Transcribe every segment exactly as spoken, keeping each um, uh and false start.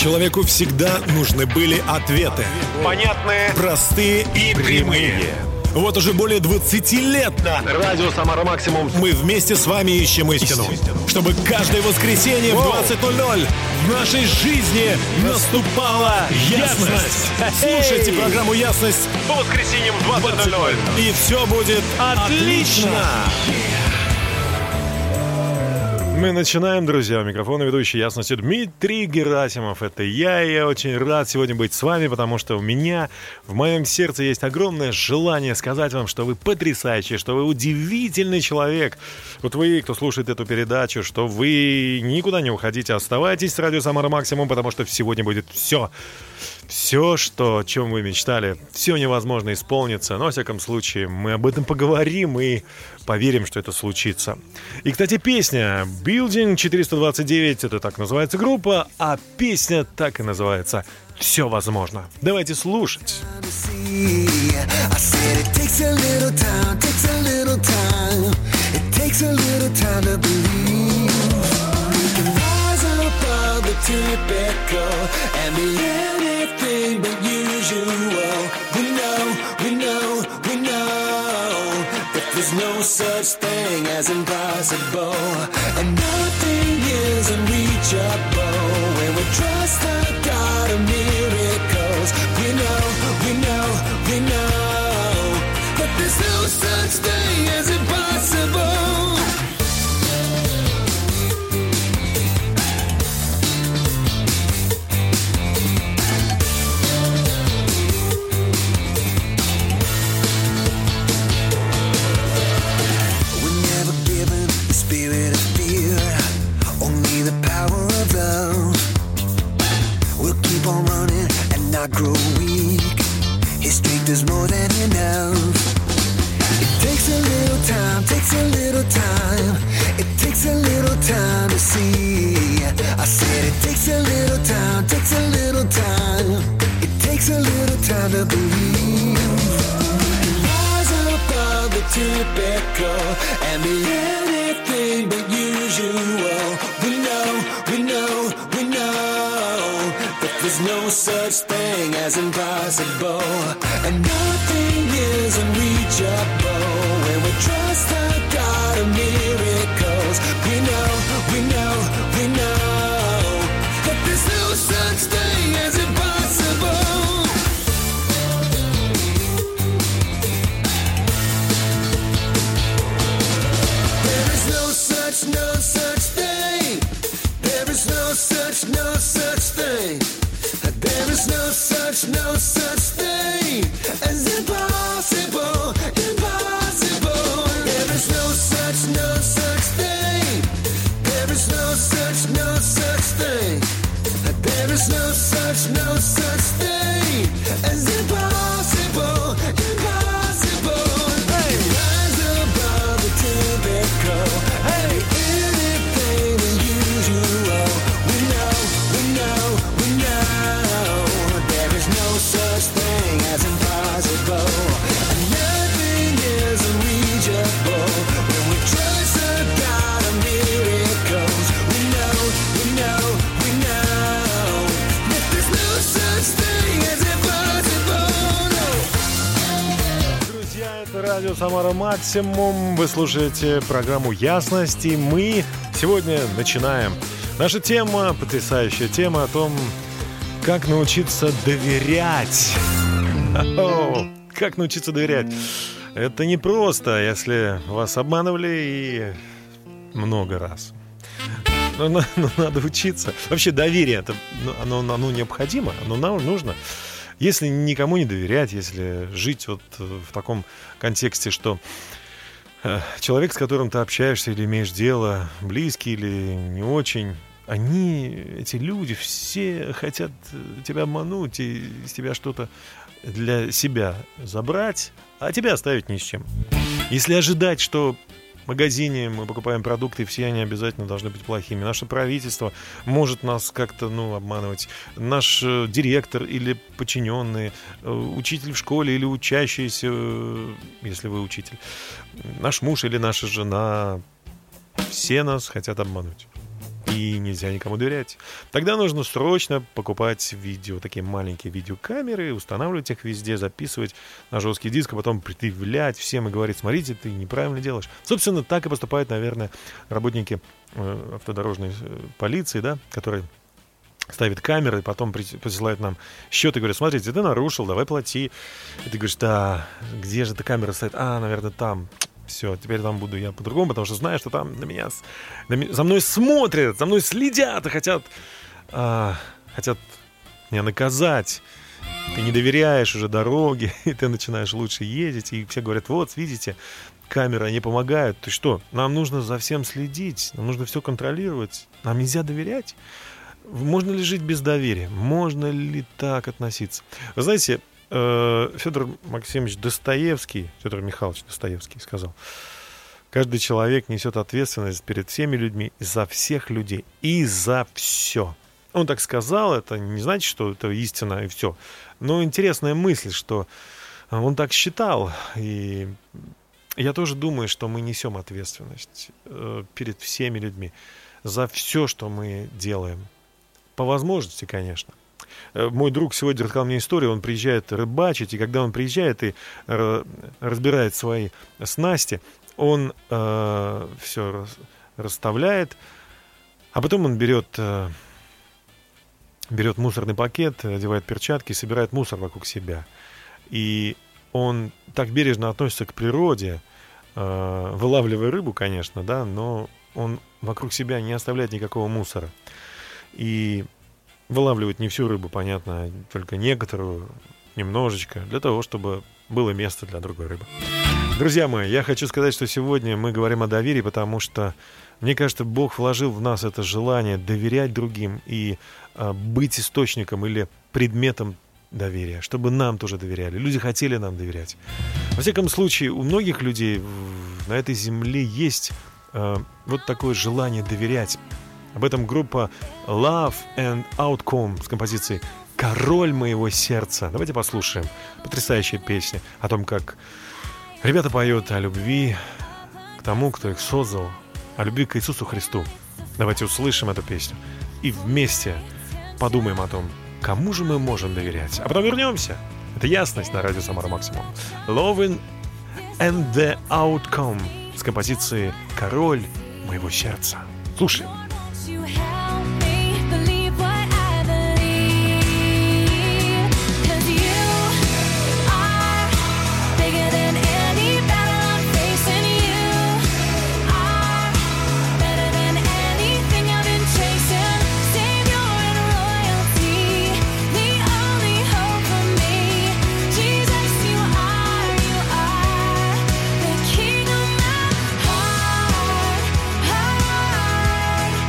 Человеку всегда нужны были ответы. Понятные, простые и прямые. Вот уже более двадцати лет на радио «Самара Максимум» мы вместе с вами ищем истину, чтобы каждое воскресенье в двадцать ноль ноль в нашей жизни наступала ясность. Слушайте программу «Ясность» по воскресеньям в двадцать ноль ноль. и все будет отлично. Мы начинаем, друзья. У микрофона ведущий «Ясности» Дмитрий Герасимов. Это я, и я очень рад сегодня быть с вами, потому что у меня, в моем сердце есть огромное желание сказать вам, что вы потрясающий, что вы удивительный человек. Вот вы, кто слушает эту передачу, что вы никуда не уходите, оставайтесь с радио «Самара Максимум», потому что сегодня будет все. Все, что, о чем вы мечтали, все невозможно исполнится. Но, во всяком случае, мы об этом поговорим и поверим, что это случится. И, кстати, песня «Building четыреста двадцать девять» — это так называется группа, а песня так и называется «Все возможно». Давайте слушать. Anything but usual. We know, we know, we know that there's no such thing as impossible, and nothing is unreachable when we trust the God of miracles. We know, we know, we know that there's no such thing as impossible. Grow weak. His strength is more than enough. It takes a little time, takes a little time. It takes a little time to see. I said it takes a little time, takes a little time. It takes a little time to believe. Rise above the typical and be anything but usual. We know, we know, we know that there's no such thing as impossible, and nothing is unreachable when we trust the God of miracles. We know, we know, we know that there's no such thing as impossible. There is no such, no such thing. There is no such, no such thing. There is no such, no such thing as impossible, impossible. There is no such, no such thing. There is no such, no such thing. There is no such, no such thing as impossible, impossible. Hey, rise above the typical. Hey, anything unusual. We know, we know, we know. There is no such thing as impossible, and nothing is unreachable when we trust the God of miracles. We know, we know, we know that there's no such thing as impossible. No. Друзья, это радио «Самара Максимум». Вы слушаете программу «Ясность», и мы сегодня начинаем. Наша тема, потрясающая тема о том, как научиться доверять. О, как научиться доверять? Это непросто, если вас обманывали и много раз. Но, но, но надо учиться. Вообще доверие, это, оно, оно необходимо, оно нам нужно. Если никому не доверять, если жить вот в таком контексте, что человек, с которым ты общаешься или имеешь дело, близкий или не очень, они, эти люди, все хотят тебя обмануть и из тебя что-то для себя забрать, а тебя оставить ни с чем. Если ожидать, что в магазине мы покупаем продукты, и все они обязательно должны быть плохими. Наше правительство может нас как-то, ну, обманывать. Наш э, директор или подчиненные, э, учитель в школе или учащийся, э, если вы учитель, наш муж или наша жена, все нас хотят обмануть. и нельзя никому доверять. Тогда нужно срочно покупать видео, такие маленькие видеокамеры, устанавливать их везде, записывать на жесткий диск, а потом предъявлять всем и говорить: смотрите, ты неправильно делаешь. Собственно, так и поступают, наверное, работники э, автодорожной полиции, да, которые ставят камеры, потом присылают нам счет и говорят: смотрите, ты нарушил, давай плати. И ты говоришь: да, где же эта камера стоит? А, наверное, там. Все, теперь там буду я по-другому, потому что знаю, что там на меня, на меня за мной смотрят, за мной следят и хотят, а, хотят меня наказать. Ты не доверяешь уже дороге, и ты начинаешь лучше ездить, и все говорят: вот, видите, камеры, они помогают. Ты что, нам нужно за всем следить, нам нужно все контролировать, нам нельзя доверять. Можно ли жить без доверия? Можно ли так относиться? Вы знаете, Федор Максимович Достоевский, Федор Михайлович Достоевский сказал: каждый человек несет ответственность перед всеми людьми, за всех людей и за все. Он так сказал, это не значит, что это истина и все. Но интересная мысль, что он так считал. И я тоже думаю, что мы несем ответственность перед всеми людьми за все, что мы делаем. По возможности, конечно. Мой друг сегодня рассказал мне историю. Он приезжает рыбачить, и когда он приезжает и разбирает свои снасти, он э, все расставляет, а потом он берет, э, берет мусорный пакет, одевает перчатки и собирает мусор вокруг себя. И он так бережно относится к природе, э, вылавливая рыбу, конечно, да, но он вокруг себя не оставляет никакого мусора. И вылавливать не всю рыбу, понятно, только некоторую, немножечко, для того, чтобы было место для другой рыбы. Друзья мои, я хочу сказать, что сегодня мы говорим о доверии, потому что, мне кажется, Бог вложил в нас это желание доверять другим и а, быть источником или предметом доверия, чтобы нам тоже доверяли. Люди хотели нам доверять. Во всяком случае, у многих людей на этой земле есть а, вот такое желание доверять. Об этом группа Love and Outcome с композицией «Король моего сердца». Давайте послушаем потрясающие песни о том, как ребята поют о любви к тому, кто их создал, о любви к Иисусу Христу. Давайте услышим эту песню и вместе подумаем о том, кому же мы можем доверять. А потом вернемся. Это ясность на радио Самара Максимум. Love and the Outcome с композицией «Король моего сердца». Слушаем. You help me believe what I believe, 'cause you are bigger than any battle I'm facing. You are better than anything I've been chasing. Savior and royalty, the only hope for me. Jesus, you are, you are the King of my heart, heart.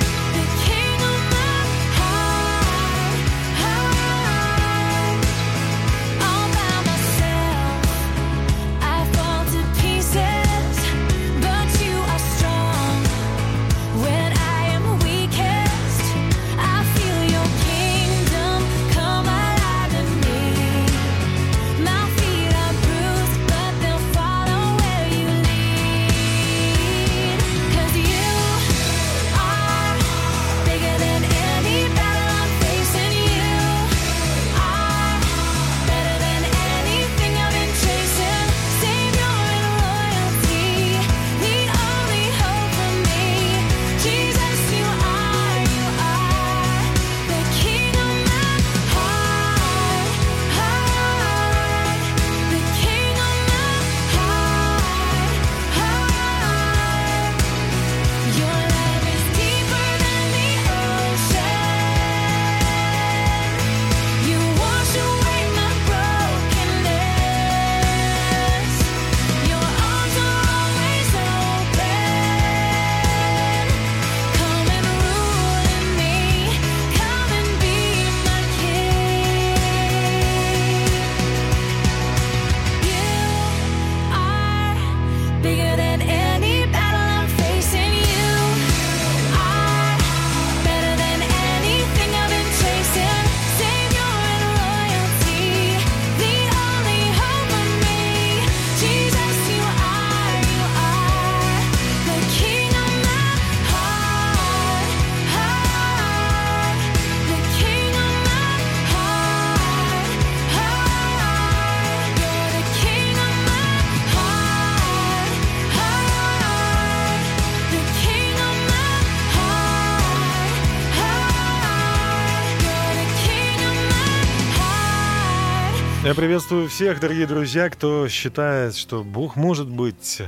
Я приветствую всех, дорогие друзья, кто считает, что Бог может быть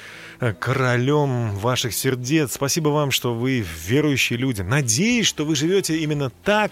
королем ваших сердец. Спасибо вам, что вы верующие люди. Надеюсь, что вы живете именно так,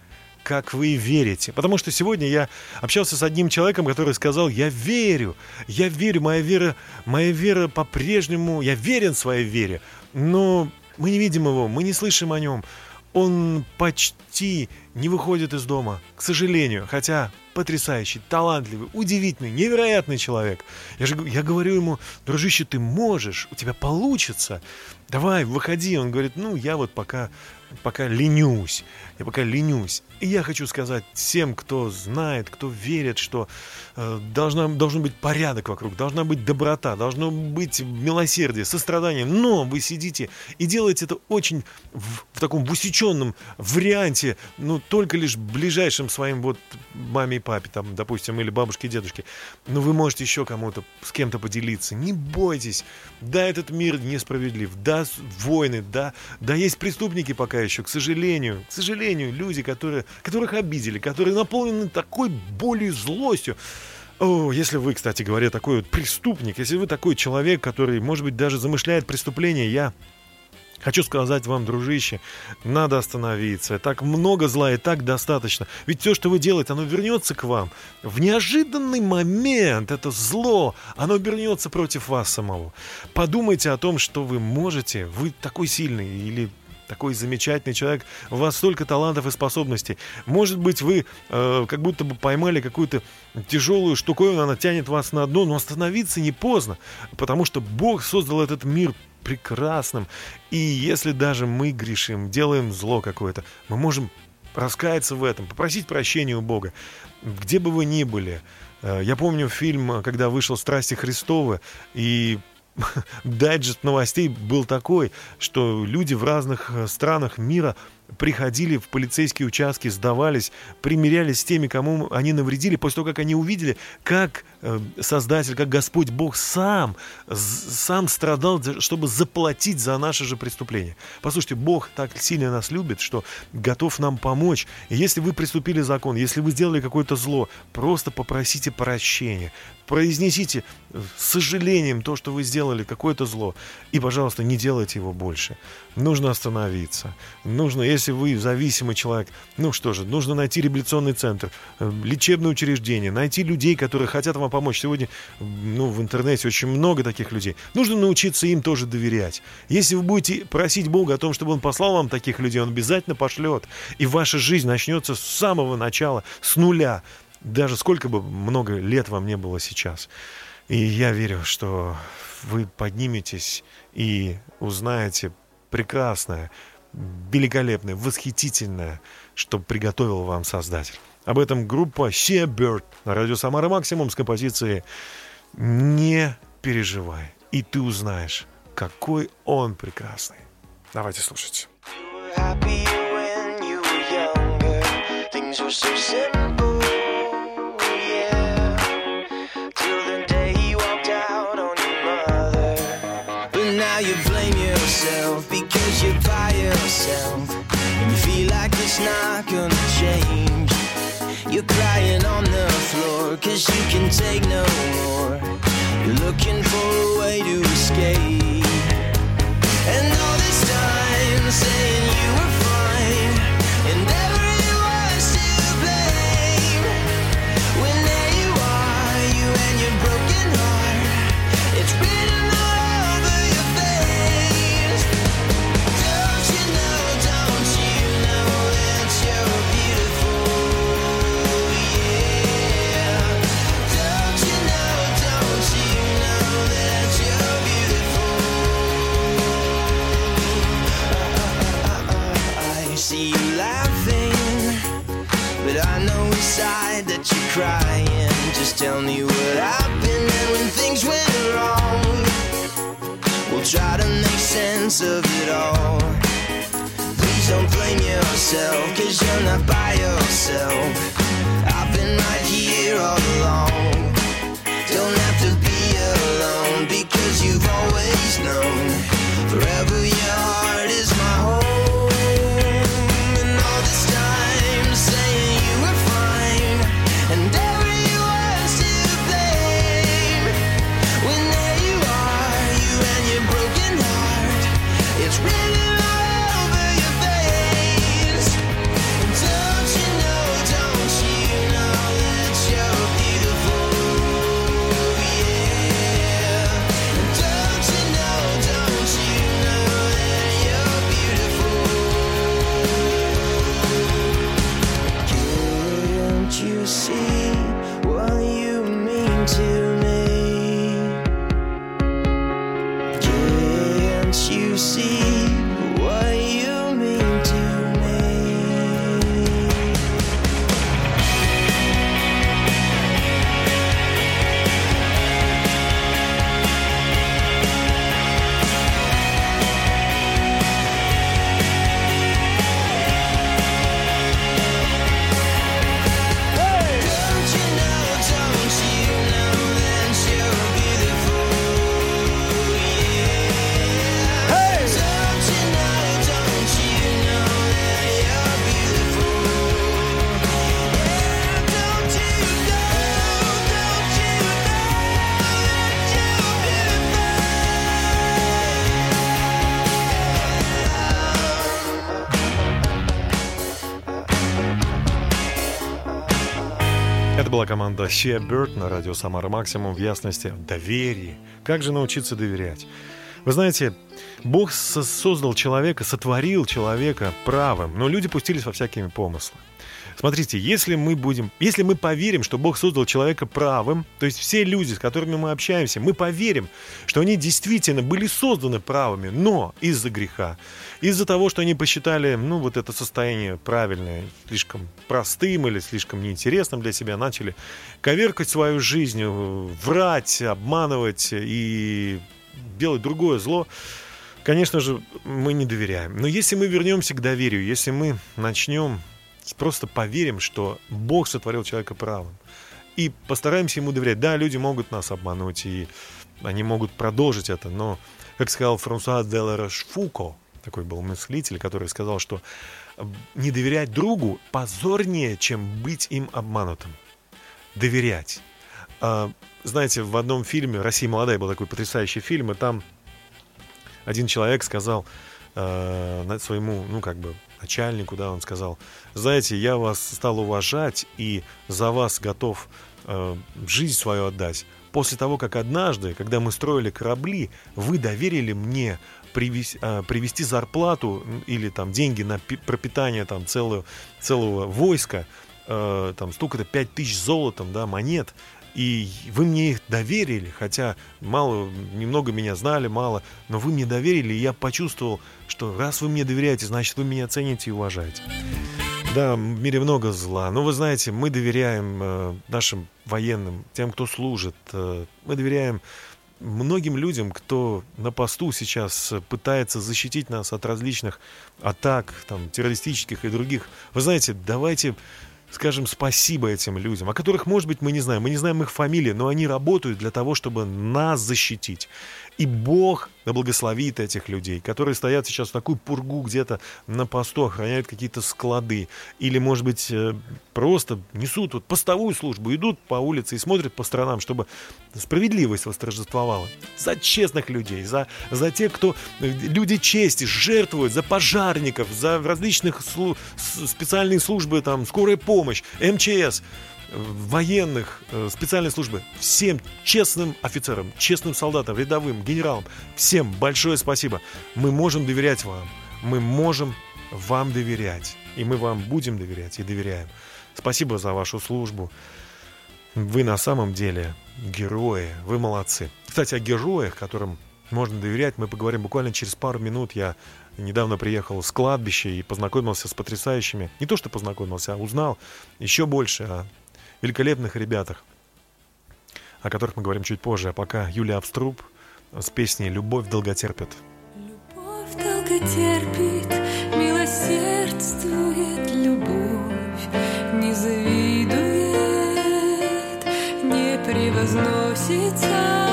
как вы верите. Потому что сегодня я общался с одним человеком, который сказал: я верю, я верю, моя вера, моя вера по-прежнему, я верен своей вере. Но мы не видим его, мы не слышим о нем. Он почти не выходит из дома, к сожалению, хотя потрясающий, талантливый, удивительный, невероятный человек. Я же я говорю ему: дружище, ты можешь, у тебя получится, давай, выходи. Он говорит: ну, я вот пока, пока ленюсь, я пока ленюсь. И я хочу сказать всем, кто знает, кто верит, что э, должна, должен быть порядок вокруг, должна быть доброта, должно быть милосердие, сострадание. Но вы сидите и делаете это очень в, в таком в усеченном варианте, ну, только лишь ближайшим своим вот маме и папе, там, допустим, или бабушке и дедушке. Но вы можете еще кому-то, с кем-то поделиться. Не бойтесь. Да, этот мир несправедлив. Да, войны, да, да, есть преступники пока еще, к сожалению. К сожалению, люди, которые, которых обидели, которые наполнены такой болью и злостью. О, если вы, кстати говоря, такой вот преступник, если вы такой человек, который, может быть, даже замышляет преступление, я хочу сказать вам, дружище, надо остановиться. Так много зла и так достаточно. Ведь все, что вы делаете, оно вернется к вам. В неожиданный момент это зло, оно вернется против вас самого. Подумайте о том, что вы можете. Вы такой сильный или такой замечательный человек, у вас столько талантов и способностей. Может быть, вы э, как будто бы поймали какую-то тяжелую штуковину, она тянет вас на дно, но остановиться не поздно, потому что Бог создал этот мир прекрасным. И если даже мы грешим, делаем зло какое-то, мы можем раскаяться в этом, попросить прощения у Бога. Где бы вы ни были. Я помню фильм, когда вышел «Страсти Христовы», и дайджест новостей был такой, что люди в разных странах мира приходили в полицейские участки, сдавались, примирялись с теми, кому они навредили, после того, как они увидели, как э, Создатель, как Господь Бог сам, сам страдал, чтобы заплатить за наше же преступление. Послушайте, Бог так сильно нас любит, что готов нам помочь. И если вы приступили закон, если вы сделали какое-то зло, просто попросите прощения, произнесите с сожалением то, что вы сделали, какое-то зло, и, пожалуйста, не делайте его больше. Нужно остановиться. Нужно, если вы зависимый человек, ну что же, нужно найти реабилитационный центр, лечебное учреждение, найти людей, которые хотят вам помочь. Сегодня, ну, в интернете очень много таких людей. Нужно научиться им тоже доверять. Если вы будете просить Бога о том, чтобы Он послал вам таких людей, Он обязательно пошлет. И ваша жизнь начнется с самого начала, с нуля. Даже сколько бы много лет вам не было сейчас. И я верю, что вы подниметесь и узнаете прекрасное, великолепное, восхитительное, что приготовил вам Создатель. Об этом группа Shea Bird на радио Самара Максимум с композицией «Не переживай». И ты узнаешь, какой он прекрасный. Давайте слушать. Because you're by yourself and you feel like it's not gonna change. You're crying on the floor cause you can take no more. You're looking for a way to escape. And all this time saying you were fine and everyone's to blame. When there you are, you and your broken heart, it's written all over your face. Don't you know, don't you know that you're beautiful, yeah. Don't you know, don't you know that you're beautiful. I see you laughing, but I know inside that you're crying. Just tell me what happened and when things went wrong, we'll try to make sense of it all. Please don't blame yourself, cause you're not by yourself. I've been right here all along. Don't have to be alone, because you've always known. Forever your heart is my home. And all this time saying you were fine and everyone see what you mean to me? Can't you see what you mean to me? Don't you know, don't you know that you're beautiful? Yeah. Don't you know, don't you know that you're beautiful? Yeah. Don't you know, don't you know that you're Это была команда Shea Bird на радио «Самара Максимум» в ясности, в доверии. Как же научиться доверять? Вы знаете, Бог со- создал человека, сотворил человека правым, но люди пустились во всякие помыслы. Смотрите, если мы будем, если мы поверим, что Бог создал человека правым, то есть все люди, с которыми мы общаемся, мы поверим, что они действительно были созданы правыми, но из-за греха, из-за того, что они посчитали, ну, вот это состояние правильное, слишком простым или слишком неинтересным для себя, начали коверкать свою жизнь, врать, обманывать и делать другое зло, конечно же, мы не доверяем. Но если мы вернемся к доверию, если мы начнем, просто поверим, что Бог сотворил человека правым, и постараемся ему доверять. Да, люди могут нас обмануть, и они могут продолжить это, но, как сказал Франсуа де ла Рошфуко, такой был мыслитель, который сказал, что не доверять другу позорнее, чем быть им обманутым. Доверять. А, знаете, в одном фильме «Россия молодая» был такой потрясающий фильм, и там один человек сказал э, своему, ну, как бы, начальнику, да, он сказал: знаете, я вас стал уважать и за вас готов э, жизнь свою отдать после того, как однажды, когда мы строили корабли, вы доверили мне привез, э, привезти зарплату или там деньги на пи- пропитание там целого, целого войска, э, там столько-то пять тысяч золотом, да, монет. И вы мне их доверили, хотя мало, немного меня знали, мало, но вы мне доверили, и я почувствовал, что раз вы мне доверяете, значит, вы меня цените и уважаете. Да, в мире много зла, но вы знаете, мы доверяем э, нашим военным, тем, кто служит, э, мы доверяем многим людям, кто на посту сейчас пытается защитить нас от различных атак, там, террористических и других. Вы знаете, давайте скажем спасибо этим людям, о которых, может быть, мы не знаем. Мы не знаем их фамилии, но они работают для того, чтобы нас защитить. И Бог да благословит этих людей, которые стоят сейчас в такую пургу где-то на посту, охраняют какие-то склады. Или, может быть, просто несут вот постовую службу, идут по улице и смотрят по сторонам, чтобы справедливость восторжествовала. За честных людей, за, за тех, кто люди чести жертвуют, за пожарников, за различных слу, специальные службы, там, скорая помощь, эм че эс, военных, специальные службы, всем честным офицерам, честным солдатам, рядовым, генералам, всем большое спасибо. Мы можем доверять вам, мы можем вам доверять, и мы вам будем доверять и доверяем. Спасибо за вашу службу. Вы на самом деле герои, вы молодцы. Кстати, о героях, которым можно доверять, мы поговорим буквально через пару минут. Я недавно приехал с кладбища и познакомился с потрясающими, не то что познакомился, а узнал еще больше о великолепных ребятах, о которых мы говорим чуть позже. А пока Юлия Авструб с песней «Любовь долготерпит». Любовь долготерпит, милосердствует, любовь не завидует, не превозносится.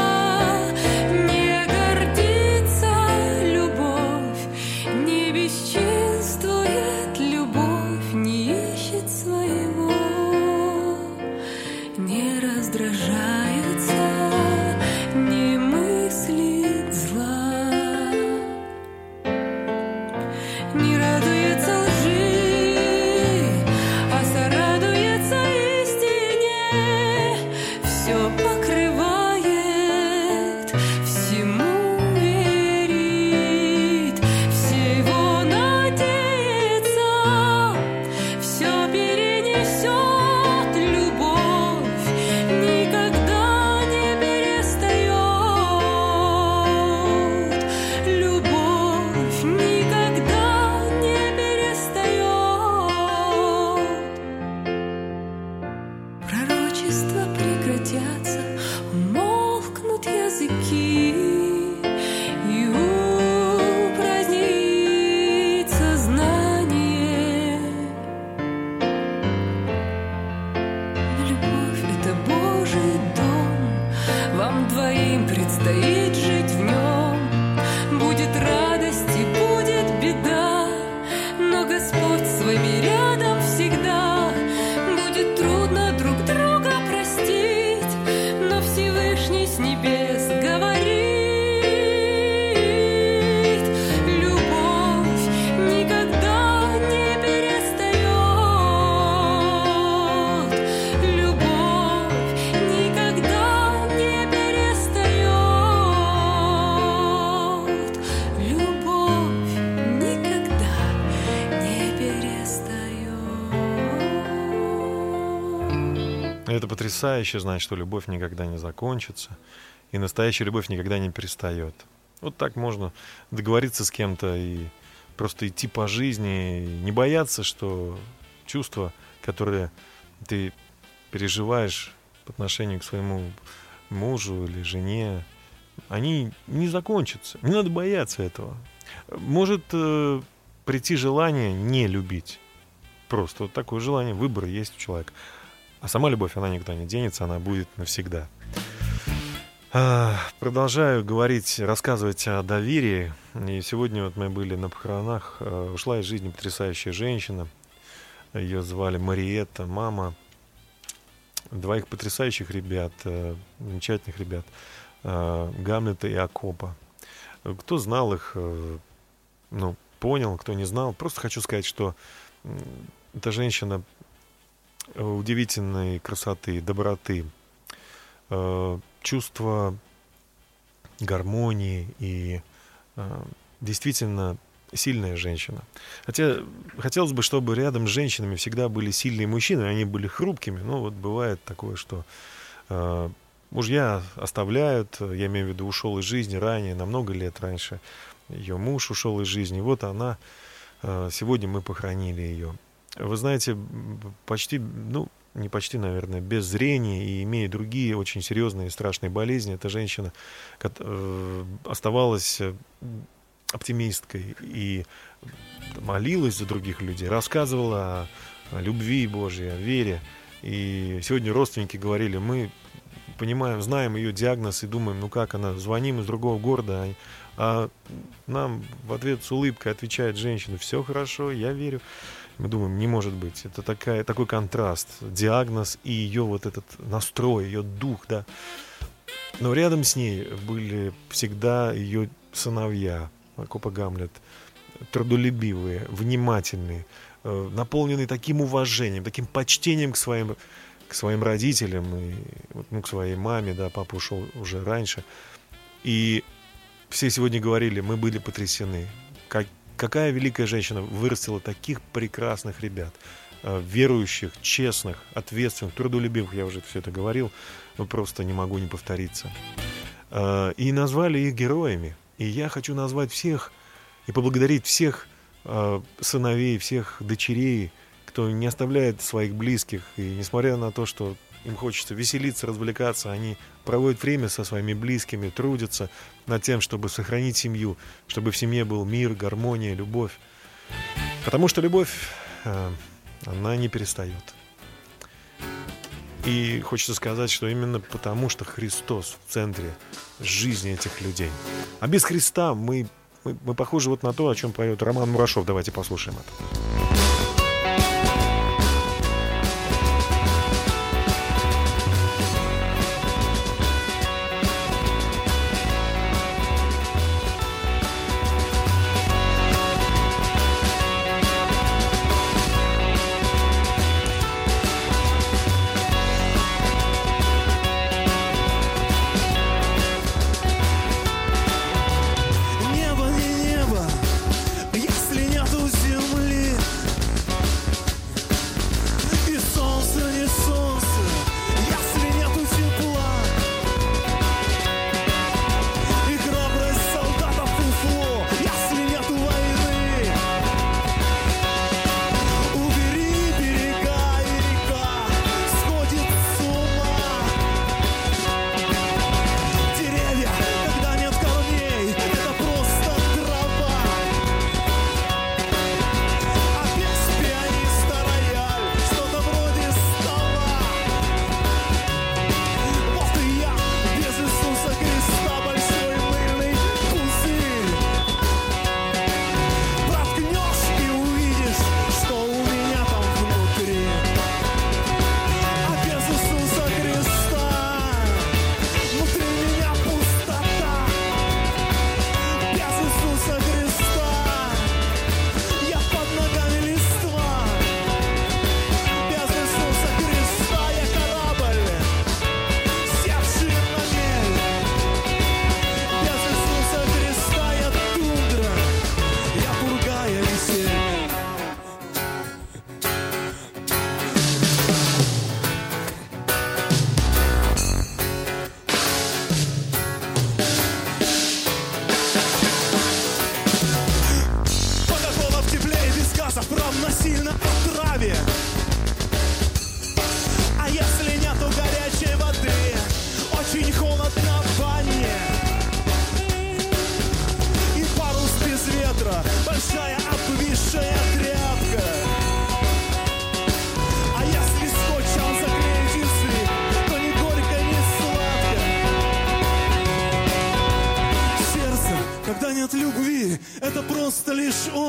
Покрывает Это потрясающе знать, что любовь никогда не закончится, и настоящая любовь никогда не перестает. Вот так можно договориться с кем-то и просто идти по жизни, и не бояться, что чувства, которые ты переживаешь по отношению к своему мужу или жене, они не закончатся. Не надо бояться этого. Может э, прийти желание не любить. Просто вот такое желание, выбор есть у человека. А сама любовь, она никуда не денется, она будет навсегда. А, продолжаю говорить, рассказывать о доверии. И сегодня вот мы были на похоронах. А, ушла из жизни потрясающая женщина. Ее звали Мариетта, мама двоих потрясающих ребят, а, замечательных ребят, а, Гамлета и Акопа. Кто знал их, а, ну, понял, кто не знал. Просто хочу сказать, что эта женщина удивительной красоты, доброты, э, чувства гармонии и э, действительно сильная женщина. Хотя хотелось бы, чтобы рядом с женщинами всегда были сильные мужчины, они были хрупкими, но вот бывает такое, что э, мужья оставляют, я имею в виду, ушел из жизни ранее, на много лет раньше, ее муж ушел из жизни, вот она, э, сегодня мы похоронили ее. Вы знаете, почти, ну, не почти, наверное, без зрения и имея другие очень серьезные и страшные болезни, эта женщина э, оставалась оптимисткой и молилась за других людей, рассказывала о, о любви Божьей, о вере. И сегодня родственники говорили, мы понимаем, знаем ее диагноз и думаем, ну как она, звоним из другого города, а, а нам в ответ с улыбкой отвечает женщина, все хорошо, я верю. Мы думаем, не может быть. Это такая, такой контраст. Диагноз и ее вот этот настрой, ее дух, да. Но рядом с ней были всегда ее сыновья, Акоп и Гамлет, трудолюбивые, внимательные, наполненные таким уважением, таким почтением к своим, к своим родителям и ну, к своей маме, да, папа ушел уже раньше. И все сегодня говорили, мы были потрясены. Как Какая великая женщина вырастила таких прекрасных ребят, верующих, честных, ответственных, трудолюбивых, я уже все это говорил, но просто не могу не повториться. И назвали их героями. И я хочу назвать всех и поблагодарить всех сыновей, всех дочерей, кто не оставляет своих близких. И несмотря на то, что им хочется веселиться, развлекаться, они проводят время со своими близкими, трудятся над тем, чтобы сохранить семью, чтобы в семье был мир, гармония, любовь. Потому что любовь, она не перестает. И хочется сказать, что именно потому, что Христос в центре жизни этих людей. А без Христа мы, мы, мы похожи вот на то, о чем поет Роман Мурашов. Давайте послушаем это. Небо не небо, если нету земли.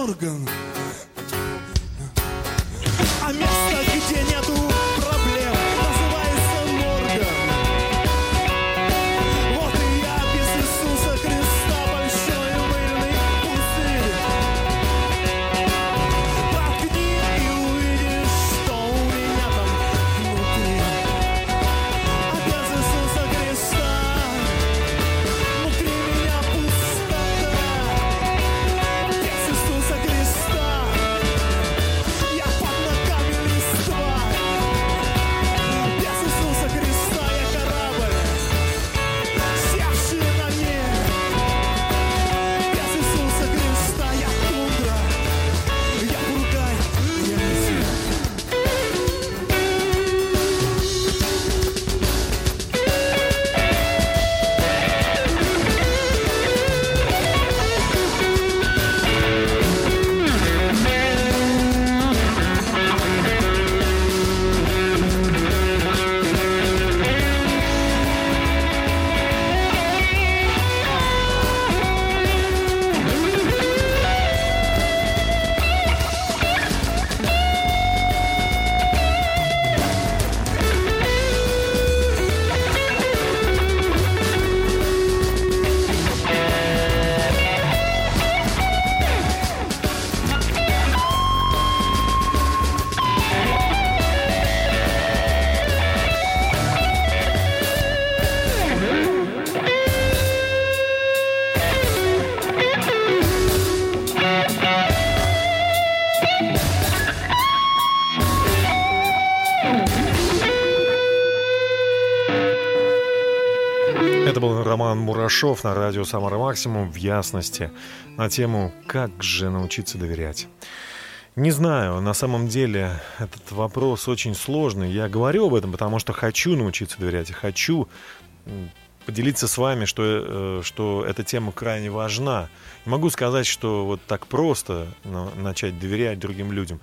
Морган. А место, где нету проблем, называется Морган. Вот и я без Иисуса Христа, большой мыльный пузырь. Проткни и увидишь, что у меня там внутри. А без Иисуса Христа внутри меня пустота. Без Иисуса Христа я под ногами листва. Без Иисуса Христа я корабль, севший на дне. Без Иисуса Христа я тундра, я бургай, я лесник. Это был Роман Мурашов на радио «Самара Максимум» в ясности на тему «Как же научиться доверять?». Не знаю, на самом деле этот вопрос очень сложный. Я говорю об этом, потому что хочу научиться доверять. И хочу поделиться с вами, что, что эта тема крайне важна. Не могу сказать, что вот так просто начать доверять другим людям.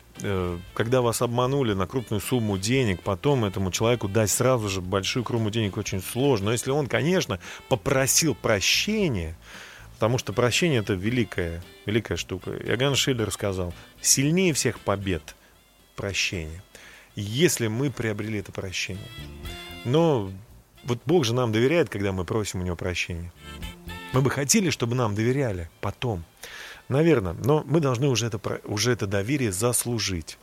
Когда вас обманули на крупную сумму денег, потом этому человеку дать сразу же большую сумму денег очень сложно. Но если он, конечно, попросил прощения, потому что прощение — это великая, великая штука. Иоганн Шиллер сказал: сильнее всех побед прощение. Если мы приобрели это прощение. Но вот Бог же нам доверяет, когда мы просим у Него прощения. Мы бы хотели, чтобы нам доверяли потом. Наверное, но мы должны уже это, уже это доверие заслужить.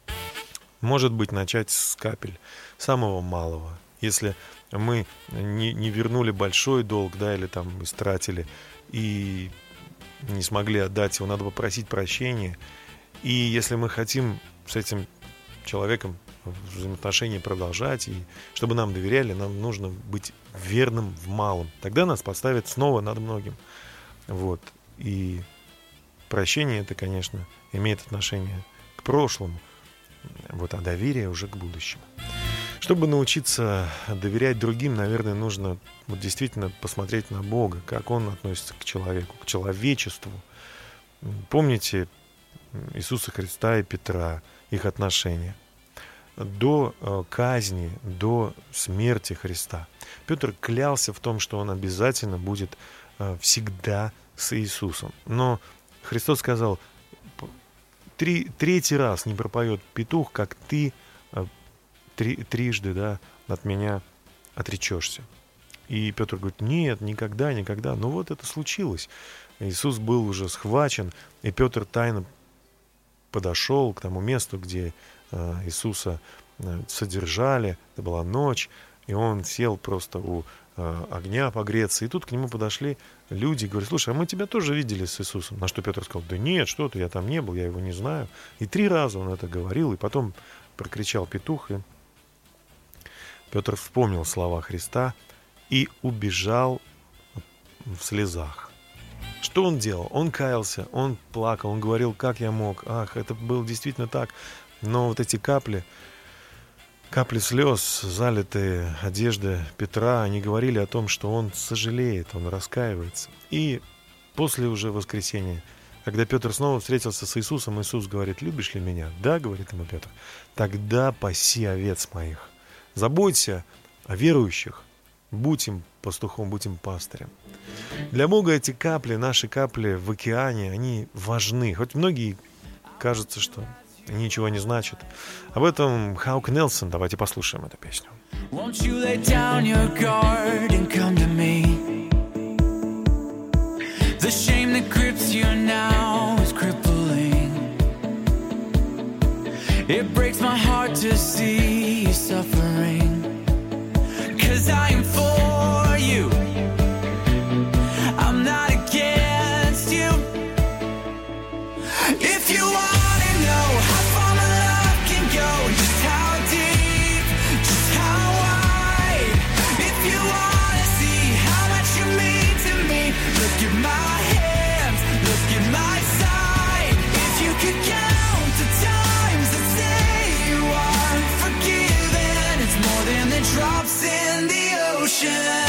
Может быть, начать с капель, самого малого. Если мы не, не вернули большой долг, да, или там истратили, и не смогли отдать его, надо попросить прощения. И если мы хотим с этим человеком взаимоотношения продолжать, и чтобы нам доверяли, нам нужно быть верным в малом. Тогда нас поставят снова над многим. Вот. И прощение — это, конечно, имеет отношение к прошлому, вот, а доверие уже к будущему. Чтобы научиться доверять другим, наверное, нужно вот действительно посмотреть на Бога, как Он относится к человеку, к человечеству. Помните Иисуса Христа и Петра, их отношения. До э, казни, до смерти Христа Петр клялся в том, что он обязательно будет э, всегда с Иисусом. Но Христос сказал: Три, третий раз не пропоет петух, как ты э, три, трижды, да, от меня отречешься. И Петр говорит: нет, никогда, никогда. Но вот это случилось. Иисус был уже схвачен, и Петр тайно подошел к тому месту, где э, Иисуса э, содержали. Это была ночь, и он сел просто у э, огня погреться. И тут к нему подошли люди и говорят: слушай, а мы тебя тоже видели с Иисусом. На что Петр сказал: да нет, что ты, я там не был, я его не знаю. И три раза он это говорил, и потом прокричал петух, и Петр вспомнил слова Христа и убежал в слезах. Что он делал? Он каялся, он плакал, он говорил: как я мог, ах, это было действительно так. Но вот эти капли, капли слез, залитые одежды Петра, они говорили о том, что он сожалеет, он раскаивается. И после уже воскресения, когда Петр снова встретился с Иисусом, Иисус говорит: любишь ли меня? Да, говорит ему Петр. Тогда паси овец моих. Заботься о верующих Будь им пастухом, будь им пастырем. Для Бога эти капли, наши капли в океане, они важны. Хоть многие кажется, что ничего не значат. Об этом Хаук Нельсон. Давайте послушаем эту песню. Won't you lay down your guard and come to me? The shame that grips you now is crippling. It breaks my heart to see you suffering. 'Cause I am for you. I'm not against you. If you wanna know how far my love can go, just how deep, just how wide. If you wanna see how much you mean to me, look at my hands, look at my side. If you could count the times that say you are forgiven, it's more than the drops in the ocean.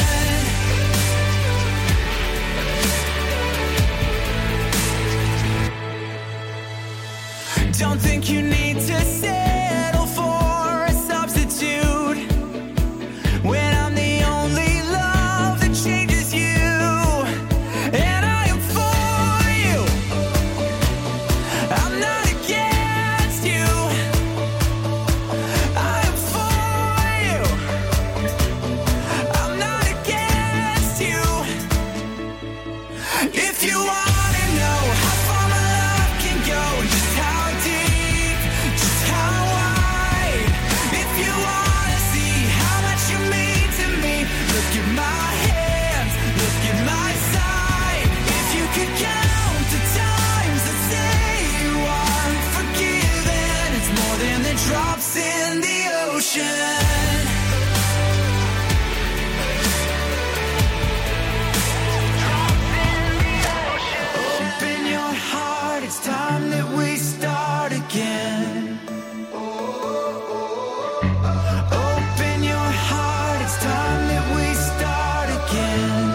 Don't think you need to settle for a substitute when I'm the only love that changes you. And I am for you. I'm not against you. I am for you. I'm not against you. If you wanna know how far my love can go, just how deep, just how wide. If you wanna see how much you mean to me, look at my hands, look at my side. If you could count the times that say you are forgiven, it's more than the drops in the ocean. Open your heart, it's time that we start again. Open your heart, it's time that we start again.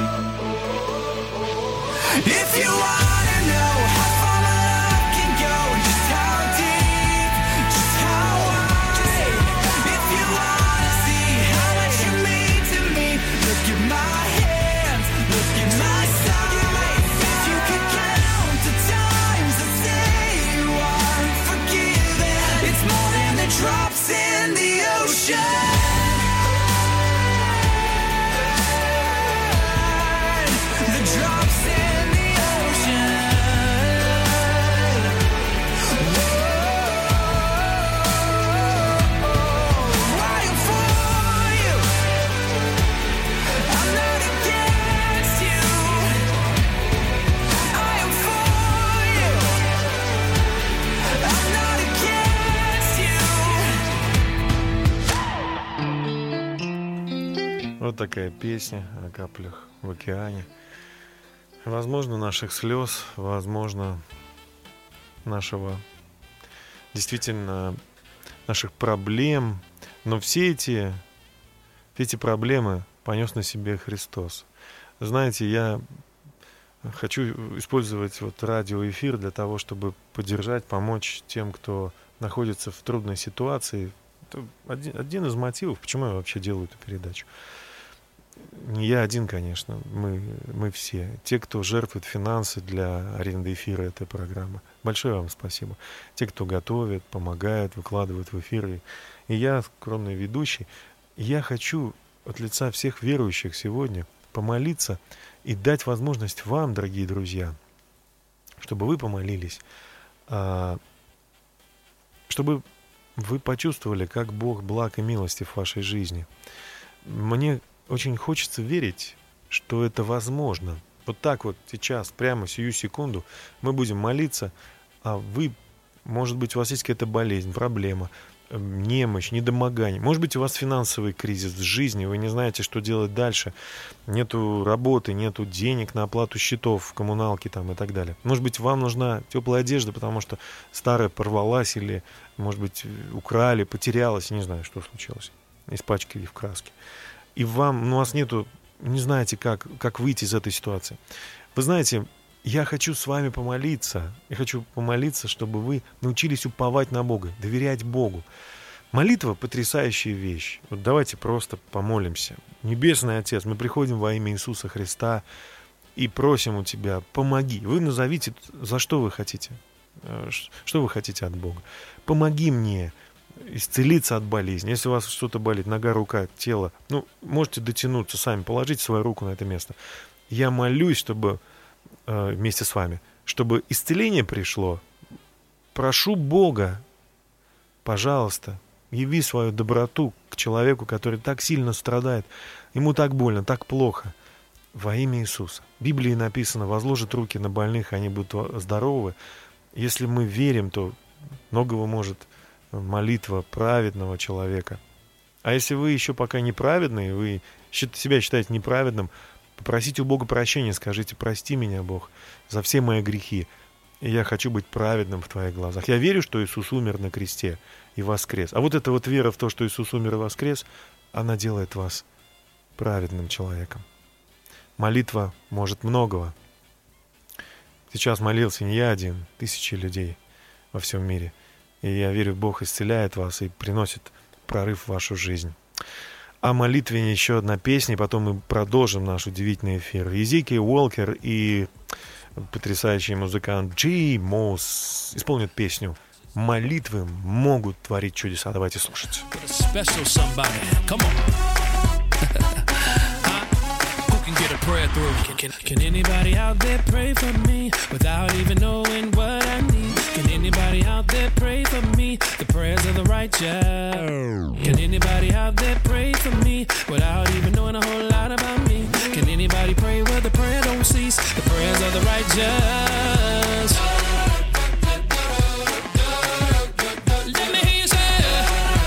If you wanna know how far my love can go, just how deep, just how wide. If you wanna see how much you mean to me, look at my hands, look at my side. If you could count the times that say you are forgiven, it's more than the drops in the ocean. The drops in the ocean. Whoa, I am for you. I'm not against you. I am for you. I'm not against you. Вот такая песня о каплях в океане. Возможно, наших слез, возможно, нашего, действительно, наших проблем. Но все эти, все эти проблемы понес на себе Христос. Знаете, я хочу использовать вот радиоэфир для того, чтобы поддержать, помочь тем, кто находится в трудной ситуации. Это один, один из мотивов, почему я вообще делаю эту передачу. Не я один, конечно, мы, мы все. Те, кто жертвует финансы для аренды эфира этой программы. Большое вам спасибо. Те, кто готовит, помогает, выкладывает в эфиры. И я, скромный ведущий, я хочу от лица всех верующих сегодня помолиться и дать возможность вам, дорогие друзья, чтобы вы помолились, чтобы вы почувствовали, как Бог благ и милостив в вашей жизни. Мне очень хочется верить, что это возможно. Вот так вот сейчас, прямо сию секунду, мы будем молиться, а вы, может быть, у вас есть какая-то болезнь, проблема, немощь, недомогание. Может быть, у вас финансовый кризис в жизни, вы не знаете, что делать дальше. Нету работы, нету денег на оплату счетов в коммуналке там и так далее. Может быть, вам нужна теплая одежда, потому что старая порвалась или, может быть, украли, потерялась, не знаю, что случилось. Испачкали в краске. И вам, ну, у вас нету, не знаете, как, как выйти из этой ситуации. Вы знаете, я хочу с вами помолиться. Я хочу помолиться, чтобы вы научились уповать на Бога, доверять Богу. Молитва — потрясающая вещь. Вот давайте просто помолимся. Небесный Отец, мы приходим во имя Иисуса Христа и просим у Тебя, помоги. Вы назовите, за что вы хотите. Что вы хотите от Бога. Помоги мне исцелиться от болезни. Если у вас что-то болит, нога, рука, тело, ну, можете дотянуться сами, положите свою руку на это место. Я молюсь, чтобы э, вместе с вами, чтобы исцеление пришло. Прошу Бога, пожалуйста, яви свою доброту к человеку, который так сильно страдает. Ему так больно, так плохо. Во имя Иисуса. В Библии написано: возложит руки на больных, они будут здоровы. Если мы верим, то многого может молитва праведного человека. А если вы еще пока не праведный, вы себя считаете неправедным, попросите у Бога прощения, скажите: прости меня, Бог, за все мои грехи. И я хочу быть праведным в Твоих глазах. Я верю, что Иисус умер на кресте и воскрес. А вот эта вот вера в то, что Иисус умер и воскрес, она делает вас праведным человеком. Молитва может многого. Сейчас молился не я один, тысячи людей во всем мире. И я верю, Бог исцеляет вас и приносит прорыв в вашу жизнь. О молитве еще одна песня, и потом мы продолжим наш удивительный эфир. Езекиэль Уолкер и потрясающий музыкант Джей Мосс исполнят песню «Молитвы могут творить чудеса». Давайте слушать. Special somebody. Come on. Who can get a prayer through? Can, can, can anybody out there pray for me without even knowing what I need? Can anybody out there pray for me? The prayers of the righteous. Can anybody out there pray for me without even knowing a whole lot about me? Can anybody pray where the prayer don't cease? The prayers of the righteous. Let me hear you say it.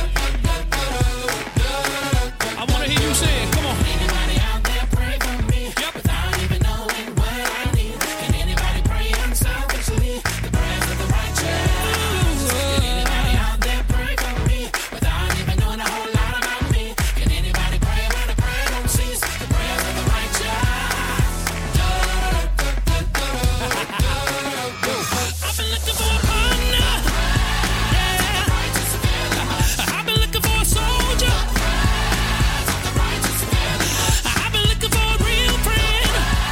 I want to hear you say it. Come on. Anybody out there pray for me without even knowing what I need? Can anybody pray unselfishly? The prayers of the righteous. Can anybody out there pray for me without even knowing a whole lot about me? Can anybody pray where the prayer don't cease? The prayers of the righteous. I've been looking for a partner. Yeah. I've been looking for a soldier. I've been looking for a real friend.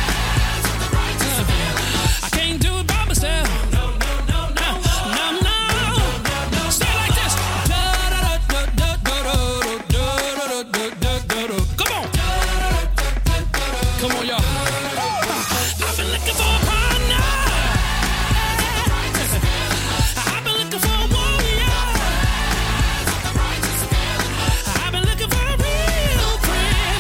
I can't do it by myself. No, no, no, no, no, no. Say it like this. Come on. Come on, y'all. I've been looking for a partner. I've been looking for a warrior. I've been looking for a real friend.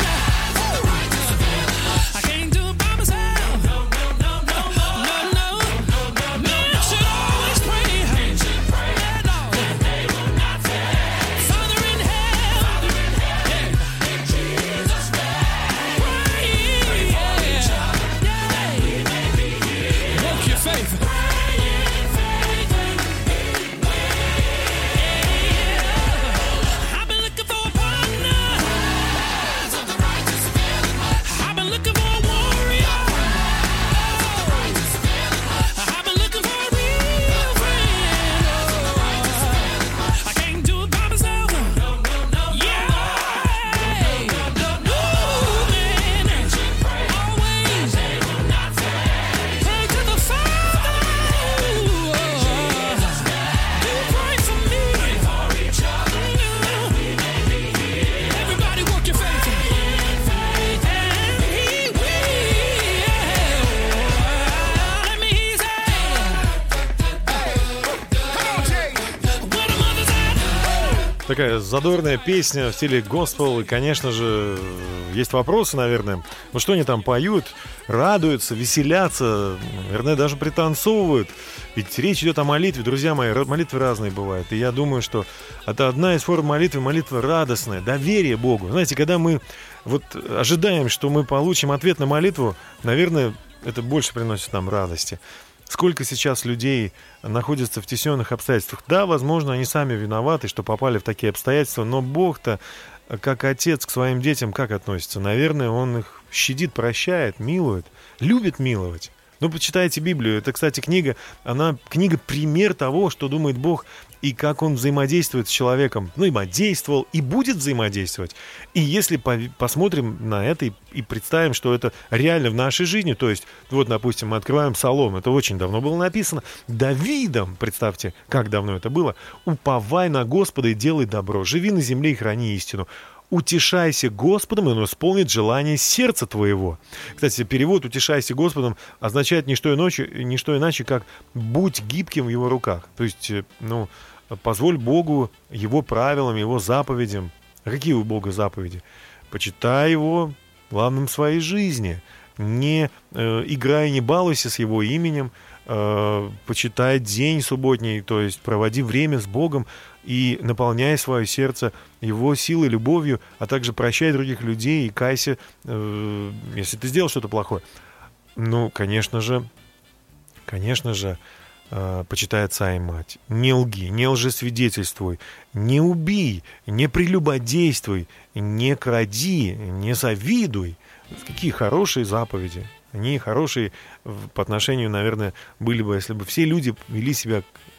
I can't do it by myself. No, no, no, no, no, no, no. Men should always pray. Men should pray that they will not fail. Father in heaven, in Jesus' name, pray for each other that we may be healed. Work your faith. I've been looking for a partner. I've been looking for a warrior. I've been looking for a real friend. I can't do it by myself. No, no, no. Yeah. Moving. Always. Pray to the Father. Do pray for me. Everybody work your faith. And He will. Let me hear you say. Where the mothers at? Такая задорная песня в стиле госпел. И, конечно же, есть вопросы, наверное. Ну, что они там поют? Радуются, веселятся, наверное, даже пританцовывают. Ведь речь идет о молитве. Друзья мои, ра- молитвы разные бывают. И я думаю, что это одна из форм молитвы, молитва радостная, доверие Богу. Знаете, когда мы вот ожидаем, что мы получим ответ на молитву, наверное, это больше приносит нам радости. Сколько сейчас людей находятся в тесненных обстоятельствах. Да, возможно, они сами виноваты, что попали в такие обстоятельства, но Бог-то, как отец к своим детям, как относится? Наверное, Он их щадит, прощает, милует, любит миловать. Ну, почитайте Библию. Это, кстати, книга, она книга-пример того, что думает Бог и как Он взаимодействует с человеком. Ну, и действовал, и будет взаимодействовать. И если по- посмотрим на это и, и представим, что это реально в нашей жизни, то есть, вот, допустим, мы открываем Псалом, это очень давно было написано, Давидом, представьте, как давно это было, «Уповай на Господа и делай добро, живи на земле и храни истину». «Утешайся Господом, и Он исполнит желание сердца твоего». Кстати, перевод «утешайся Господом» означает не что иначе, не что иначе, как «будь гибким в Его руках». То есть, ну, позволь Богу Его правилам, Его заповедям. А какие у Бога заповеди? Почитай Его главным в своей жизни. Не э, играй, не балуйся с Его именем. Э, почитай день субботний, то есть проводи время с Богом и наполняй свое сердце Его силой, любовью, а также прощай других людей и кайся, э, если ты сделал что-то плохое. Ну, конечно же, конечно же, э, почитай отца и мать. Не лги, не лжесвидетельствуй, не убий, не прелюбодействуй, не кради, не завидуй. Какие хорошие заповеди. Они хорошие по отношению, наверное, были бы, если бы все люди вели себя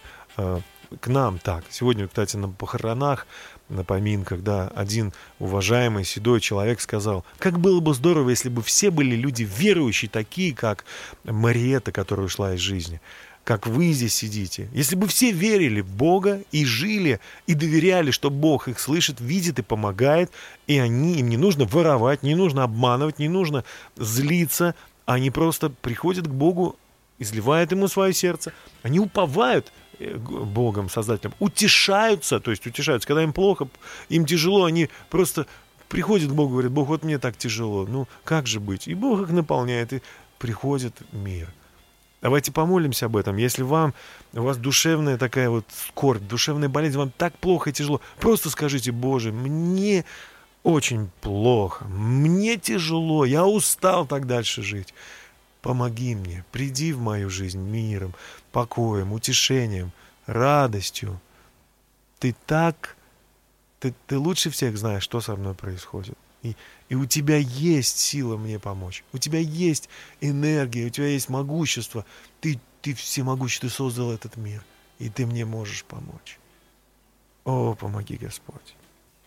э, к нам так. Сегодня, кстати, на похоронах, на поминках, да, один уважаемый седой человек сказал, как было бы здорово, если бы все были люди верующие, такие, как Мариэта, которая ушла из жизни, как вы здесь сидите. Если бы все верили в Бога и жили, и доверяли, что Бог их слышит, видит и помогает, и они, им не нужно воровать, не нужно обманывать, не нужно злиться, они просто приходят к Богу, изливают Ему свое сердце, они уповают Богом, Создателем, утешаются, то есть утешаются, когда им плохо, им тяжело, они просто приходят к Богу, говорят, Бог, вот мне так тяжело, ну как же быть? И Бог их наполняет, и приходит мир. Давайте помолимся об этом. Если вам, у вас душевная такая вот скорбь, душевная болезнь, вам так плохо и тяжело, просто скажите, Боже, мне очень плохо, мне тяжело, я устал так дальше жить. Помоги мне, приди в мою жизнь миром, покоем, утешением, радостью. Ты так, ты, ты лучше всех знаешь, что со мной происходит. И, и у тебя есть сила мне помочь. У тебя есть энергия, у тебя есть могущество. Ты, ты всемогущий, ты создал этот мир. И ты мне можешь помочь. О, помоги, Господь.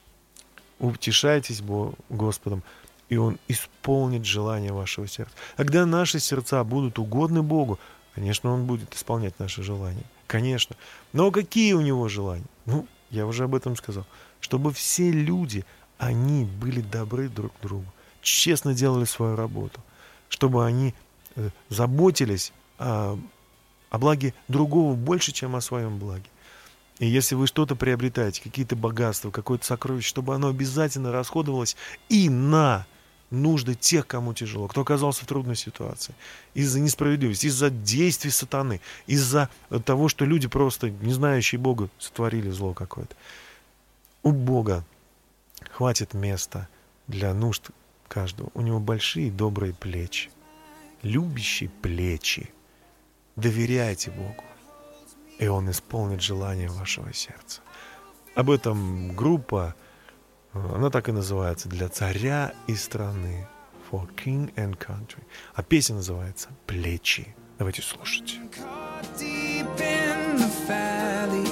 Утешайтесь Господом, и Он исполнит желание вашего сердца. Когда наши сердца будут угодны Богу, конечно, Он будет исполнять наши желания. Конечно. Но какие у Него желания? Ну, я уже об этом сказал. Чтобы все люди, они были добры друг к другу, честно делали свою работу, чтобы они э, заботились о, о благе другого больше, чем о своем благе. И если вы что-то приобретаете, какие-то богатства, какое-то сокровище, чтобы оно обязательно расходовалось и на нужды тех, кому тяжело, кто оказался в трудной ситуации, из-за несправедливости, из-за действий сатаны, из-за того, что люди просто, не знающие Бога, сотворили зло какое-то. У Бога хватит места для нужд каждого. У Него большие добрые плечи, любящие плечи. Доверяйте Богу, и Он исполнит желание вашего сердца. Об этом группа, она так и называется, «Для царя и страны», «For King and Country». А песня называется «Плечи». Давайте слушать. Deep in the valley,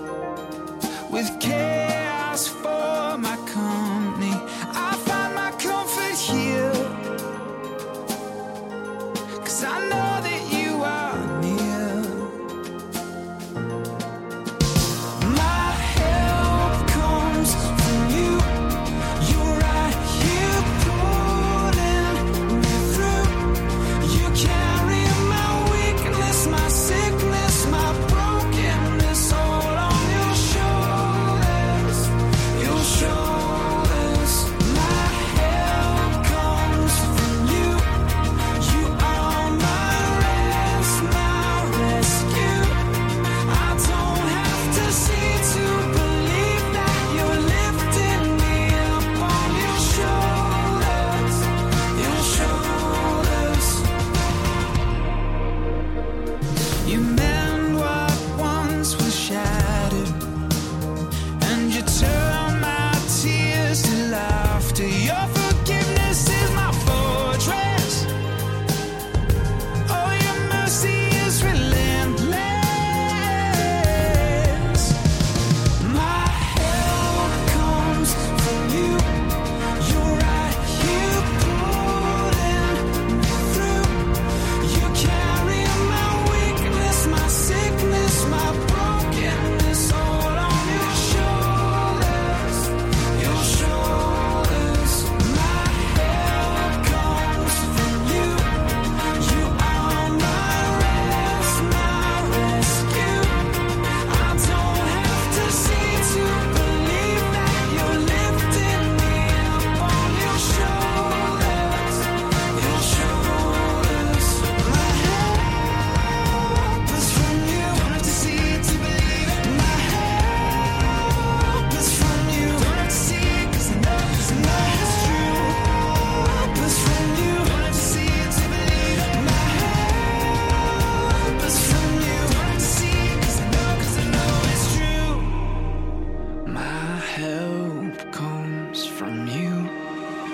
with chaos for my company, I find my comfort here, 'cause I know that you are near. My help comes from you. You're right here pulling me through. You carry my weakness, my sickness, my brokenness all on your shoulders.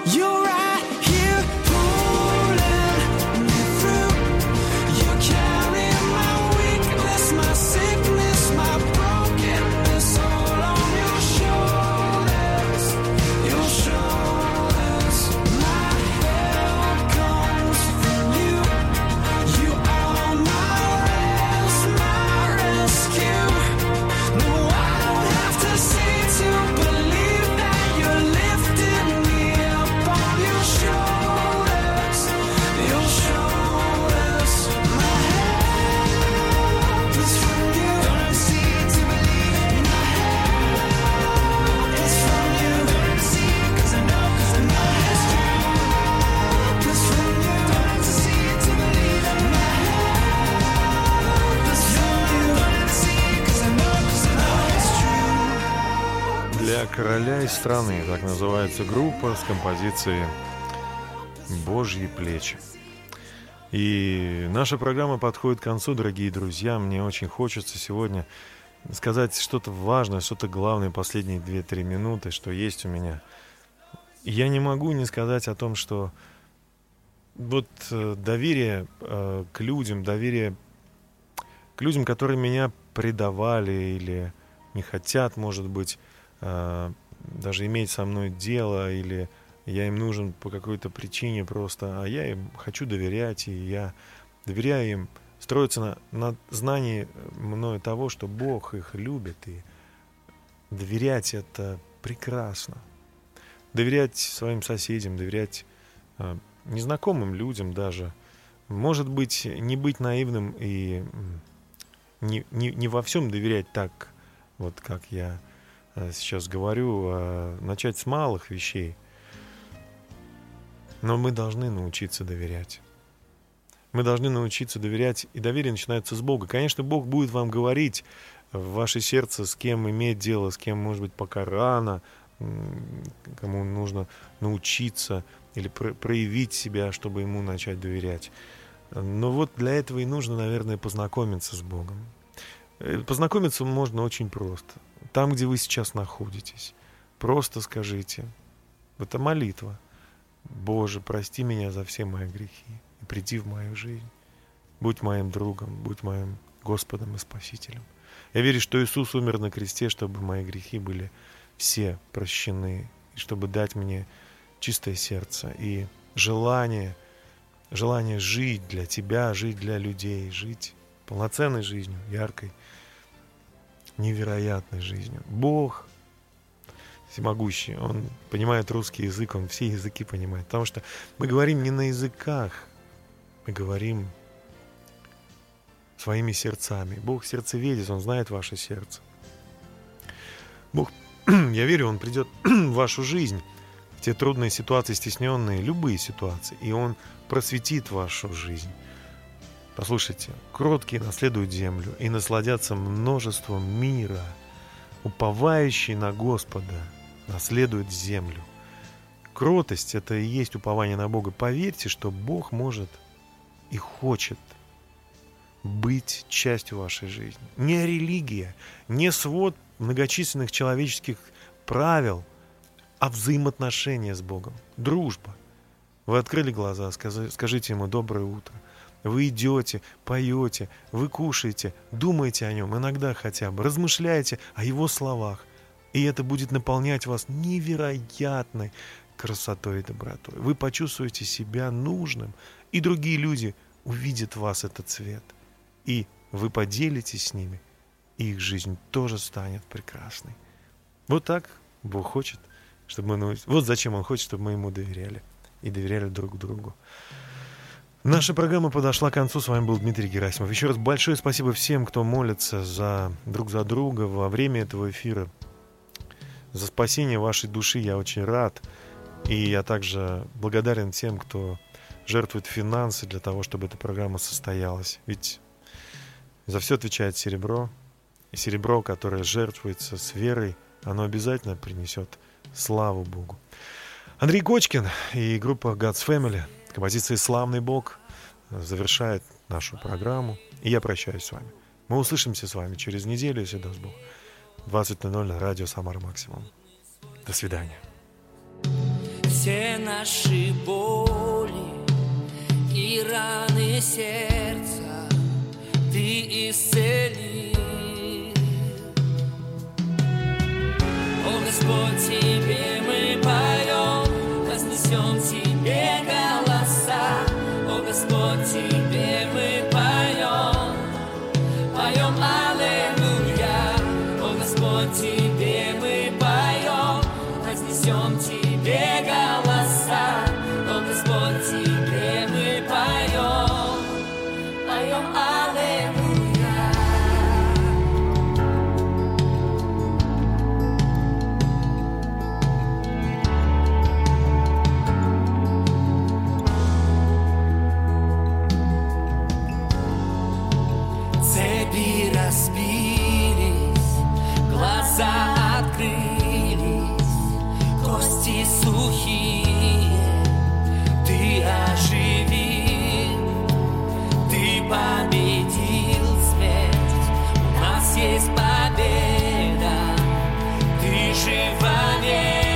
You're right here pulling me through. You carry my weakness, my sickness, my brokenness all on your shoulders, your shoulders. My help comes from you. You are my rest, my rescue. No, I don't have to see to believe that you're lifting me up on your shoulders, your shoulders. My help is from you. Don't see to believe. My help is from you. Don't see 'cause I know, 'cause I know it's true. Help is from you. Don't see to believe. My help is from you. Don't see 'cause I know, 'cause I know it's true. Для короля и страны, так называется группа с композицией «Божьи плечи». И наша программа подходит к концу, дорогие друзья. Мне очень хочется сегодня сказать что-то важное, что-то главное последние две-три минуты, что есть у меня. Я не могу не сказать о том, что вот э, доверие э, к людям, доверие к людям, которые меня предавали или не хотят, может быть, э, даже иметь со мной дело, или я им нужен по какой-то причине просто, а я им хочу доверять, и я доверяю им, строиться на, на знании мною того, что Бог их любит, и доверять — это прекрасно. Доверять своим соседям, доверять э, незнакомым людям даже. Может быть, не быть наивным и м, не, не, не во всем доверять так, вот как я э, сейчас говорю, а начать с малых вещей. Но мы должны научиться доверять. Мы должны научиться доверять, и доверие начинается с Бога. Конечно, Бог будет вам говорить в ваше сердце, с кем иметь дело, с кем, может быть, пока рано, кому нужно научиться или проявить себя, чтобы ему начать доверять. Но вот для этого и нужно, наверное, познакомиться с Богом. Познакомиться можно очень просто. Там, где вы сейчас находитесь, просто скажите, это молитва: «Боже, прости меня за все мои грехи и приди в мою жизнь. Будь моим другом, будь моим Господом и Спасителем. Я верю, что Иисус умер на кресте, чтобы мои грехи были все прощены, и чтобы дать мне чистое сердце и желание, желание жить для Тебя, жить для людей, жить полноценной жизнью, яркой, невероятной жизнью». Бог всемогущий, Он понимает русский язык, Он все языки понимает, потому что мы говорим не на языках, мы говорим своими сердцами. Бог сердцеведец, Он знает ваше сердце. Бог, я верю, Он придет в вашу жизнь, в те трудные ситуации, стесненные, любые ситуации, и Он просветит вашу жизнь. Послушайте, кроткие наследуют землю и насладятся множеством мира. Уповающие на Господа наследуют землю. Кротость — это и есть упование на Бога. Поверьте, что Бог может и хочет быть частью вашей жизни. Не религия, не свод многочисленных человеческих правил, а взаимоотношения с Богом, дружба. Вы открыли глаза, скажите Ему доброе утро. Вы идете, поете, вы кушаете, думаете о Нем, иногда хотя бы, размышляете о Его словах. И это будет наполнять вас невероятной красотой и добротой. Вы почувствуете себя нужным, и другие люди увидят в вас этот цвет. И вы поделитесь с ними, и их жизнь тоже станет прекрасной. Вот так Бог хочет, чтобы мы... Вот зачем Он хочет, чтобы мы Ему доверяли. И доверяли друг другу. Наша программа подошла к концу. С вами был Дмитрий Герасимов. Еще раз большое спасибо всем, кто молится за друг за друга во время этого эфира. За спасение вашей души я очень рад. И я также благодарен тем, кто жертвует финансы для того, чтобы эта программа состоялась. Ведь за все отвечает серебро. И серебро, которое жертвуется с верой, оно обязательно принесет славу Богу. Андрей Кочкин и группа God's Family, композиция «Славный Бог» завершает нашу программу. И я прощаюсь с вами. Мы услышимся с вами через неделю, если даст Бог. двадцать ноль ноль на радио «Самара Максимум». До свидания. все наши боли и раны сердца Ты исцелил. О, Господь, Тебе мы поем, вознесем Тебе голоса. О, Господь, Тебе мы поем, поем аллилуйя. О, Господь, Тебе мы поем, вознесем Тебе голоса. О, Господь, Тебе мы поем, поем аллилуйя. Цепи разбились, глаза открылись, кости сухие Ты оживил, Ты победил смерть, у нас есть победа, Ты жив вовек.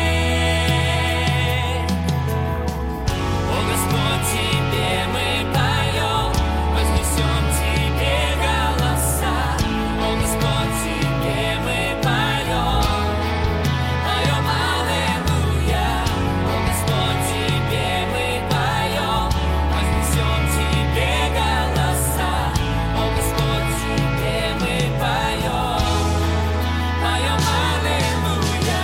О, Господь, Тебе мы поем, вознесем Тебе голоса. О, Господь, Тебе мы поем, поем аллилуйя. О, Господь, Тебе мы поем, вознесем Тебе голоса. О, Господь, Тебе мы поем, поем аллилуйя.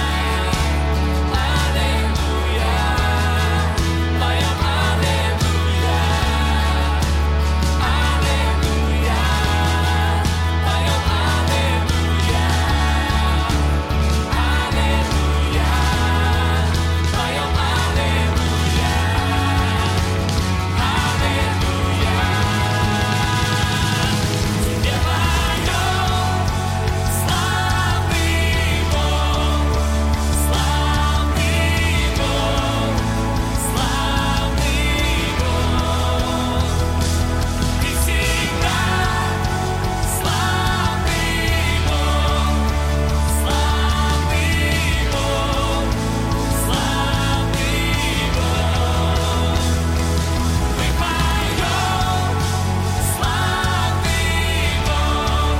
Аллилуйя, поем аллилуйя. Аллилуйя, поем аллилуйя. Аллилуйя, поем аллилуйя. Аллилуйя, Тебе поем, славный Бог, славный Бог, славный Бог. Ты всегда славный Бог, славный Бог, славный Бог. Мы поем, славный Бог,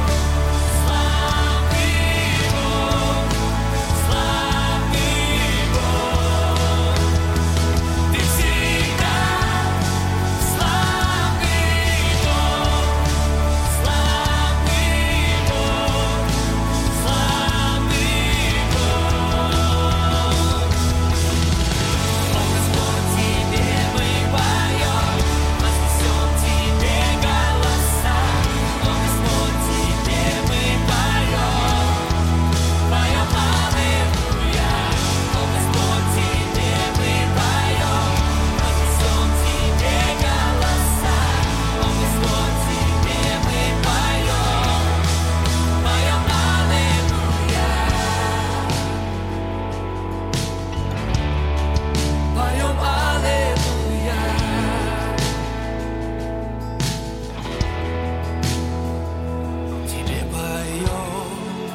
славный Бог, славный Бог. Ты всегда славный Бог, славный Бог, славный Бог. О, Господь, Тебе мы поем, вознесем Тебе голоса. О, Господь, Тебе мы поем, поем аллилуйя. О, Господь, Тебе мы поем, вознесем Тебе голоса. О, Господь, Тебе мы поем, поем аллилуйя. Поем аллилуйя. Тебе поем.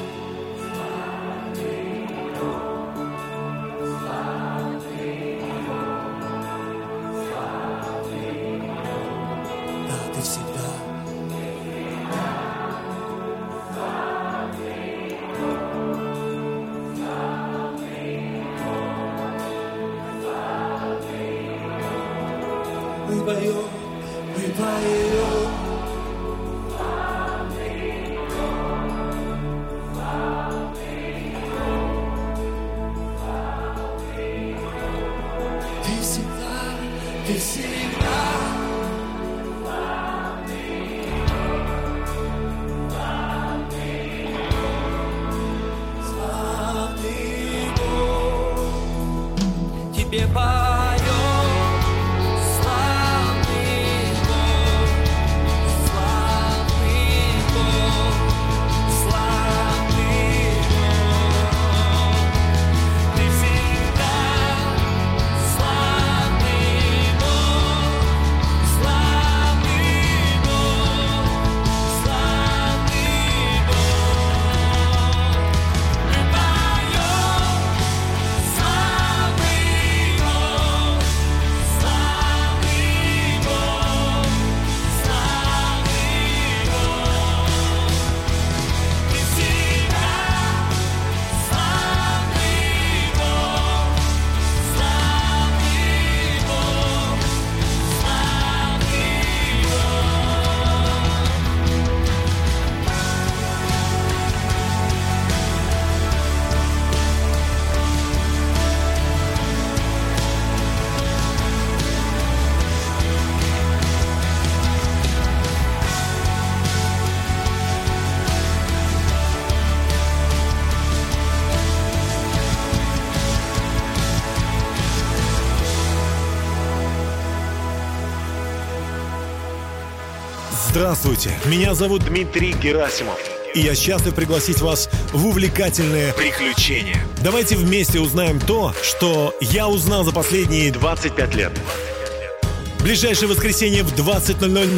Да, Ты всегда. Мы поем, мы поем. Ты всегда, Ты всегда. Славный Бог. Тебе поем, славный Бог, славный Бог, славный Бог. Ты всегда славный Бог, славный Бог, славный Бог. Мы поем, славный Здравствуйте, меня зовут Дмитрий Герасимов. и я счастлив пригласить вас в увлекательное Приключения. Давайте вместе узнаем то, что я узнал за последние... двадцать пять лет. Ближайшее воскресенье в двадцать ноль ноль